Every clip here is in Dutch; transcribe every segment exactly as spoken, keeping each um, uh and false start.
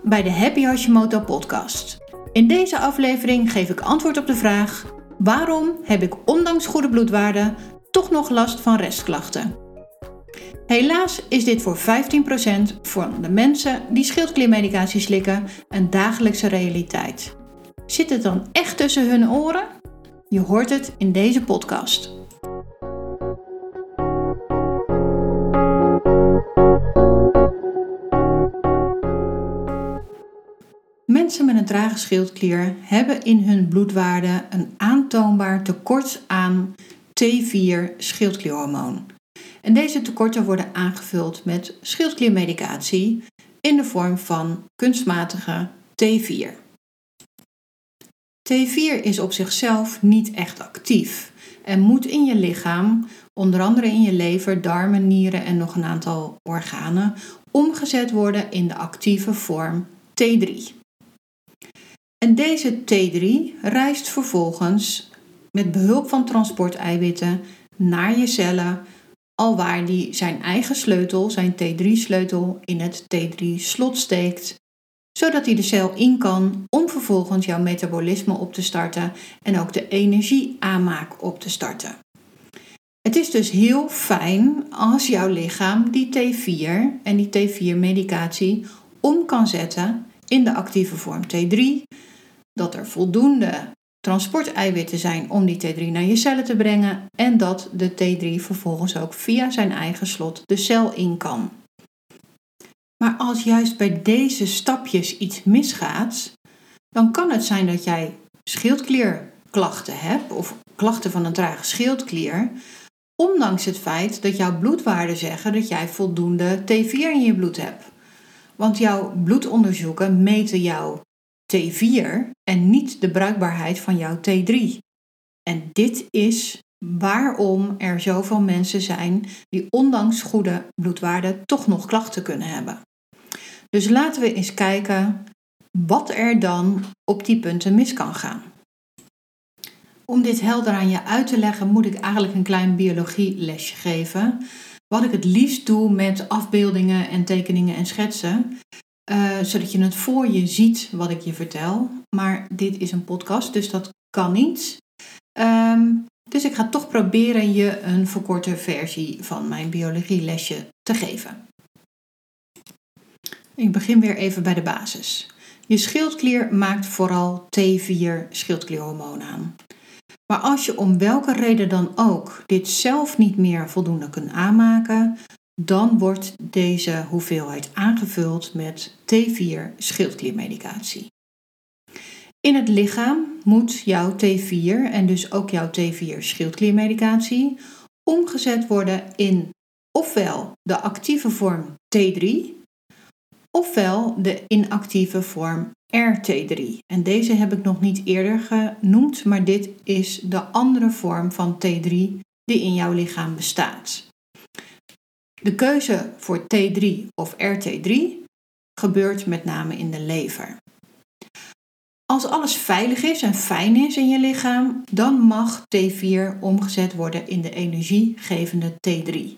bij de Happy Hashimoto podcast. In deze aflevering geef ik antwoord op de vraag: waarom heb ik ondanks goede bloedwaarden toch nog last van restklachten? Helaas is dit voor vijftien procent van de mensen die schildkliermedicatie slikken een dagelijkse realiteit. Zit het dan echt tussen hun oren? Je hoort het in deze podcast. Mensen met een trage schildklier hebben in hun bloedwaarden een aantoonbaar tekort aan T vier schildklierhormoon. En deze tekorten worden aangevuld met schildkliermedicatie in de vorm van kunstmatige T vier. T vier is op zichzelf niet echt actief en moet in je lichaam, onder andere in je lever, darmen, nieren en nog een aantal organen, omgezet worden in de actieve vorm T drie. En deze T drie reist vervolgens met behulp van transporteiwitten naar je cellen, alwaar die zijn eigen sleutel, zijn T drie sleutel, in het T drie slot steekt, zodat hij de cel in kan om vervolgens jouw metabolisme op te starten en ook de energieaanmaak op te starten. Het is dus heel fijn als jouw lichaam die T vier en die T vier medicatie om kan zetten in de actieve vorm T drie, dat er voldoende transporteiwitten zijn om die T drie naar je cellen te brengen en dat de T drie vervolgens ook via zijn eigen slot de cel in kan. Maar als juist bij deze stapjes iets misgaat, dan kan het zijn dat jij schildklierklachten hebt of klachten van een trage schildklier, ondanks het feit dat jouw bloedwaarden zeggen dat jij voldoende T vier in je bloed hebt. Want jouw bloedonderzoeken meten jouw T vier en niet de bruikbaarheid van jouw T drie. En dit is waarom er zoveel mensen zijn die ondanks goede bloedwaarden toch nog klachten kunnen hebben. Dus laten we eens kijken wat er dan op die punten mis kan gaan. Om dit helder aan je uit te leggen moet ik eigenlijk een klein biologielesje geven. Wat ik het liefst doe met afbeeldingen en tekeningen en schetsen. Uh, zodat je het voor je ziet wat ik je vertel. Maar dit is een podcast, dus dat kan niet. Um, dus ik ga toch proberen je een verkorte versie van mijn biologielesje te geven. Ik begin weer even bij de basis. Je schildklier maakt vooral T vier schildklierhormoon aan. Maar als je om welke reden dan ook dit zelf niet meer voldoende kunt aanmaken, dan wordt deze hoeveelheid aangevuld met T vier schildkliermedicatie. In het lichaam moet jouw T vier en dus ook jouw T vier schildkliermedicatie omgezet worden in ofwel de actieve vorm T drie ofwel de inactieve vorm R T drie. En deze heb ik nog niet eerder genoemd, maar dit is de andere vorm van T drie die in jouw lichaam bestaat. De keuze voor T drie of R T drie gebeurt met name in de lever. Als alles veilig is en fijn is in je lichaam, dan mag T vier omgezet worden in de energiegevende T drie.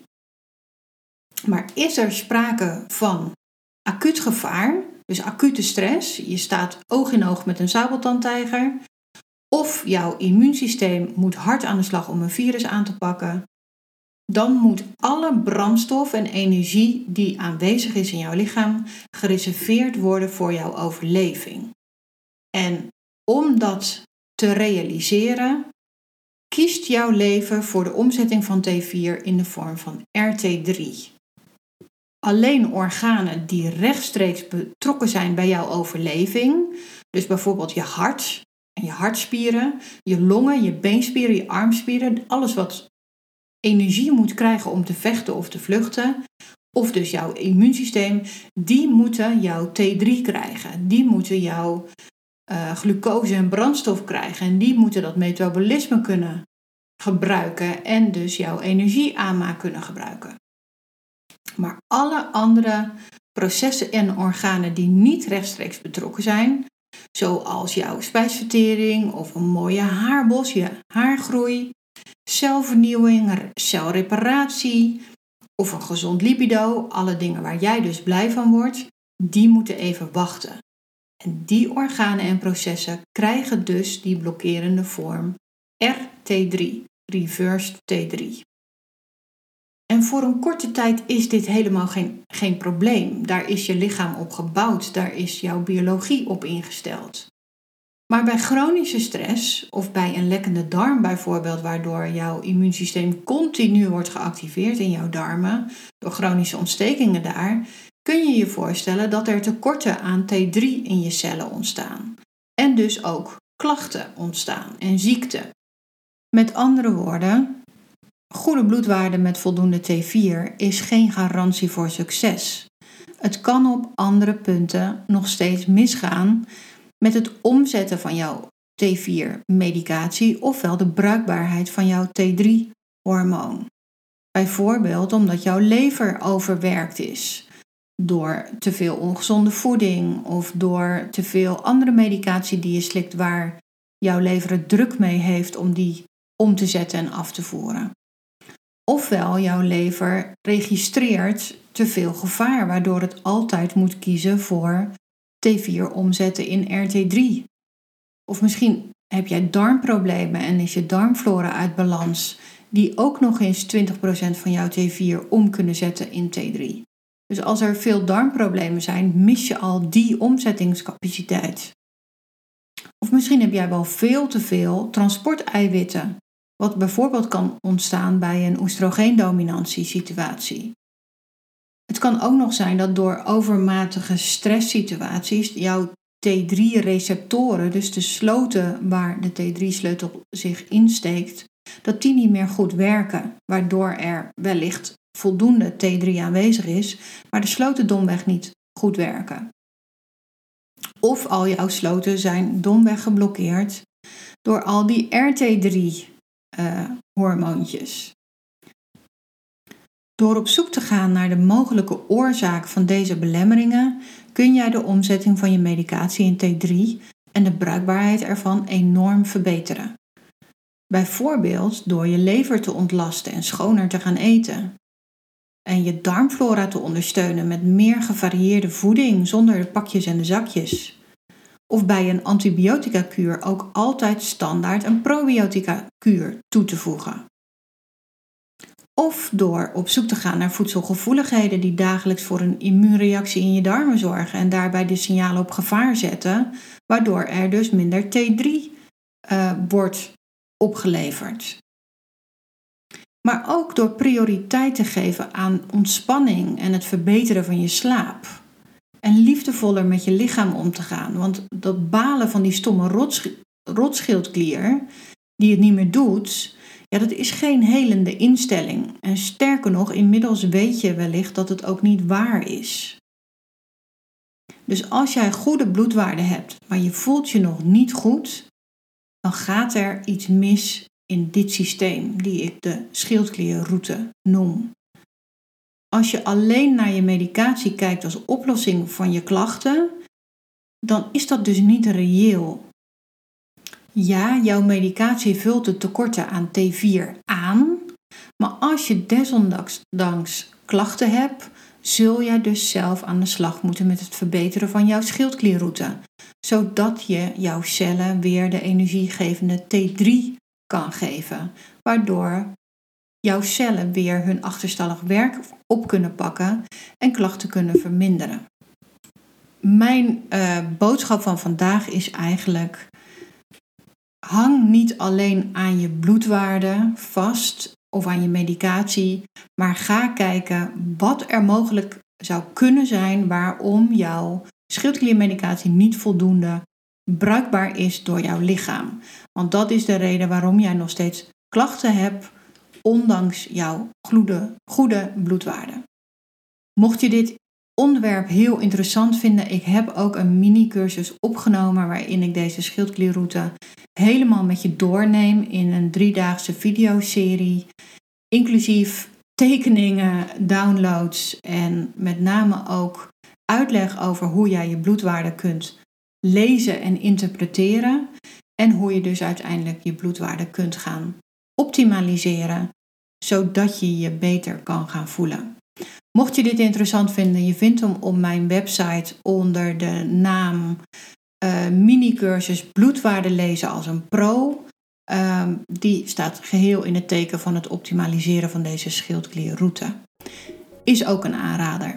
Maar is er sprake van acuut gevaar, dus acute stress, je staat oog in oog met een sabeltandtijger, of jouw immuunsysteem moet hard aan de slag om een virus aan te pakken, dan moet alle brandstof en energie die aanwezig is in jouw lichaam gereserveerd worden voor jouw overleving. En om dat te realiseren, kiest jouw lever voor de omzetting van T vier in de vorm van R T drie. Alleen organen die rechtstreeks betrokken zijn bij jouw overleving, dus bijvoorbeeld je hart en je hartspieren, je longen, je beenspieren, je armspieren, alles wat energie moet krijgen om te vechten of te vluchten, of dus jouw immuunsysteem, die moeten jouw T drie krijgen. Die moeten jouw uh, glucose en brandstof krijgen en die moeten dat metabolisme kunnen gebruiken en dus jouw energieaanmaak kunnen gebruiken. Maar alle andere processen en organen die niet rechtstreeks betrokken zijn, zoals jouw spijsvertering of een mooie haarbos, je haargroei, celvernieuwing, celreparatie of een gezond libido, alle dingen waar jij dus blij van wordt, die moeten even wachten. En die organen en processen krijgen dus die blokkerende vorm R T drie, reversed T drie. En voor een korte tijd is dit helemaal geen, geen probleem. Daar is je lichaam op gebouwd, daar is jouw biologie op ingesteld. Maar bij chronische stress of bij een lekkende darm bijvoorbeeld, waardoor jouw immuunsysteem continu wordt geactiveerd in jouw darmen, door chronische ontstekingen daar, kun je je voorstellen dat er tekorten aan T drie in je cellen ontstaan. En dus ook klachten ontstaan en ziekte. Met andere woorden, goede bloedwaarde met voldoende T vier is geen garantie voor succes. Het kan op andere punten nog steeds misgaan met het omzetten van jouw T vier medicatie ofwel de bruikbaarheid van jouw T drie hormoon. Bijvoorbeeld omdat jouw lever overwerkt is door te veel ongezonde voeding of door te veel andere medicatie die je slikt waar jouw lever het druk mee heeft om die om te zetten en af te voeren. Ofwel jouw lever registreert te veel gevaar, waardoor het altijd moet kiezen voor T vier omzetten in R T drie. Of misschien heb jij darmproblemen en is je darmflora uit balans, die ook nog eens twintig procent van jouw T vier om kunnen zetten in T drie. Dus als er veel darmproblemen zijn, mis je al die omzettingscapaciteit. Of misschien heb jij wel veel te veel transporteiwitten, wat bijvoorbeeld kan ontstaan bij een oestrogeendominantiesituatie. Het kan ook nog zijn dat door overmatige stresssituaties jouw T drie receptoren, dus de sloten waar de T drie sleutel zich insteekt, dat die niet meer goed werken, waardoor er wellicht voldoende T drie aanwezig is, maar de sloten domweg niet goed werken. Of al jouw sloten zijn domweg geblokkeerd door al die R T drie uh, hormoontjes. Door op zoek te gaan naar de mogelijke oorzaak van deze belemmeringen kun jij de omzetting van je medicatie in T drie en de bruikbaarheid ervan enorm verbeteren. Bijvoorbeeld door je lever te ontlasten en schoner te gaan eten. En je darmflora te ondersteunen met meer gevarieerde voeding zonder de pakjes en de zakjes. Of bij een antibiotica-kuur ook altijd standaard een probiotica-kuur toe te voegen. Of door op zoek te gaan naar voedselgevoeligheden die dagelijks voor een immuunreactie in je darmen zorgen en daarbij de signalen op gevaar zetten, waardoor er dus minder T drie uh, wordt opgeleverd. Maar ook door prioriteit te geven aan ontspanning en het verbeteren van je slaap. En liefdevoller met je lichaam om te gaan. Want dat balen van die stomme rots, rotschildklier die het niet meer doet, ja, dat is geen helende instelling. En sterker nog, inmiddels weet je wellicht dat het ook niet waar is. Dus als jij goede bloedwaarde hebt, maar je voelt je nog niet goed, dan gaat er iets mis in dit systeem, die ik de schildklierroute noem. Als je alleen naar je medicatie kijkt als oplossing van je klachten, dan is dat dus niet reëel. Ja, jouw medicatie vult de tekorten aan T vier aan, maar als je desondanks klachten hebt, zul jij dus zelf aan de slag moeten met het verbeteren van jouw schildklierroute, zodat je jouw cellen weer de energiegevende T drie kan geven, waardoor jouw cellen weer hun achterstallig werk op kunnen pakken en klachten kunnen verminderen. Mijn uh, boodschap van vandaag is eigenlijk: hang niet alleen aan je bloedwaarde vast of aan je medicatie, maar ga kijken wat er mogelijk zou kunnen zijn waarom jouw schildkliermedicatie niet voldoende bruikbaar is door jouw lichaam. Want dat is de reden waarom jij nog steeds klachten hebt, ondanks jouw goede, goede bloedwaarde. Mocht je dit onderwerp heel interessant vinden, ik heb ook een mini-cursus opgenomen waarin ik deze schildklierroute helemaal met je doorneem in een driedaagse videoserie, inclusief tekeningen, downloads en met name ook uitleg over hoe jij je bloedwaarde kunt lezen en interpreteren en hoe je dus uiteindelijk je bloedwaarde kunt gaan optimaliseren, zodat je je beter kan gaan voelen. Mocht je dit interessant vinden, je vindt hem op mijn website onder de naam uh, mini-cursus bloedwaarde lezen als een pro. Uh, die staat geheel in het teken van het optimaliseren van deze schildklierroute. Is ook een aanrader.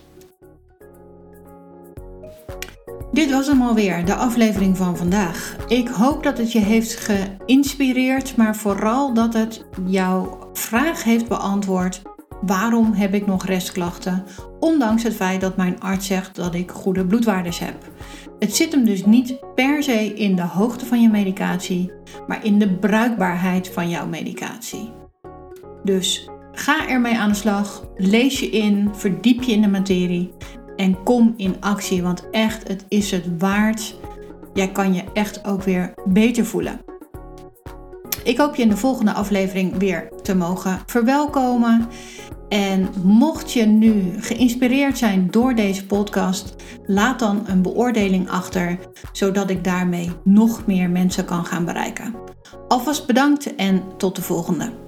Dit was hem alweer, de aflevering van vandaag. Ik hoop dat het je heeft geïnspireerd, maar vooral dat het jouw vraag heeft beantwoord. Waarom heb ik nog restklachten? Ondanks het feit dat mijn arts zegt dat ik goede bloedwaardes heb. Het zit hem dus niet per se in de hoogte van je medicatie, maar in de bruikbaarheid van jouw medicatie. Dus ga ermee aan de slag, lees je in, verdiep je in de materie en kom in actie, want echt, het is het waard. Jij kan je echt ook weer beter voelen. Ik hoop je in de volgende aflevering weer te mogen verwelkomen. En mocht je nu geïnspireerd zijn door deze podcast, laat dan een beoordeling achter, zodat ik daarmee nog meer mensen kan gaan bereiken. Alvast bedankt en tot de volgende.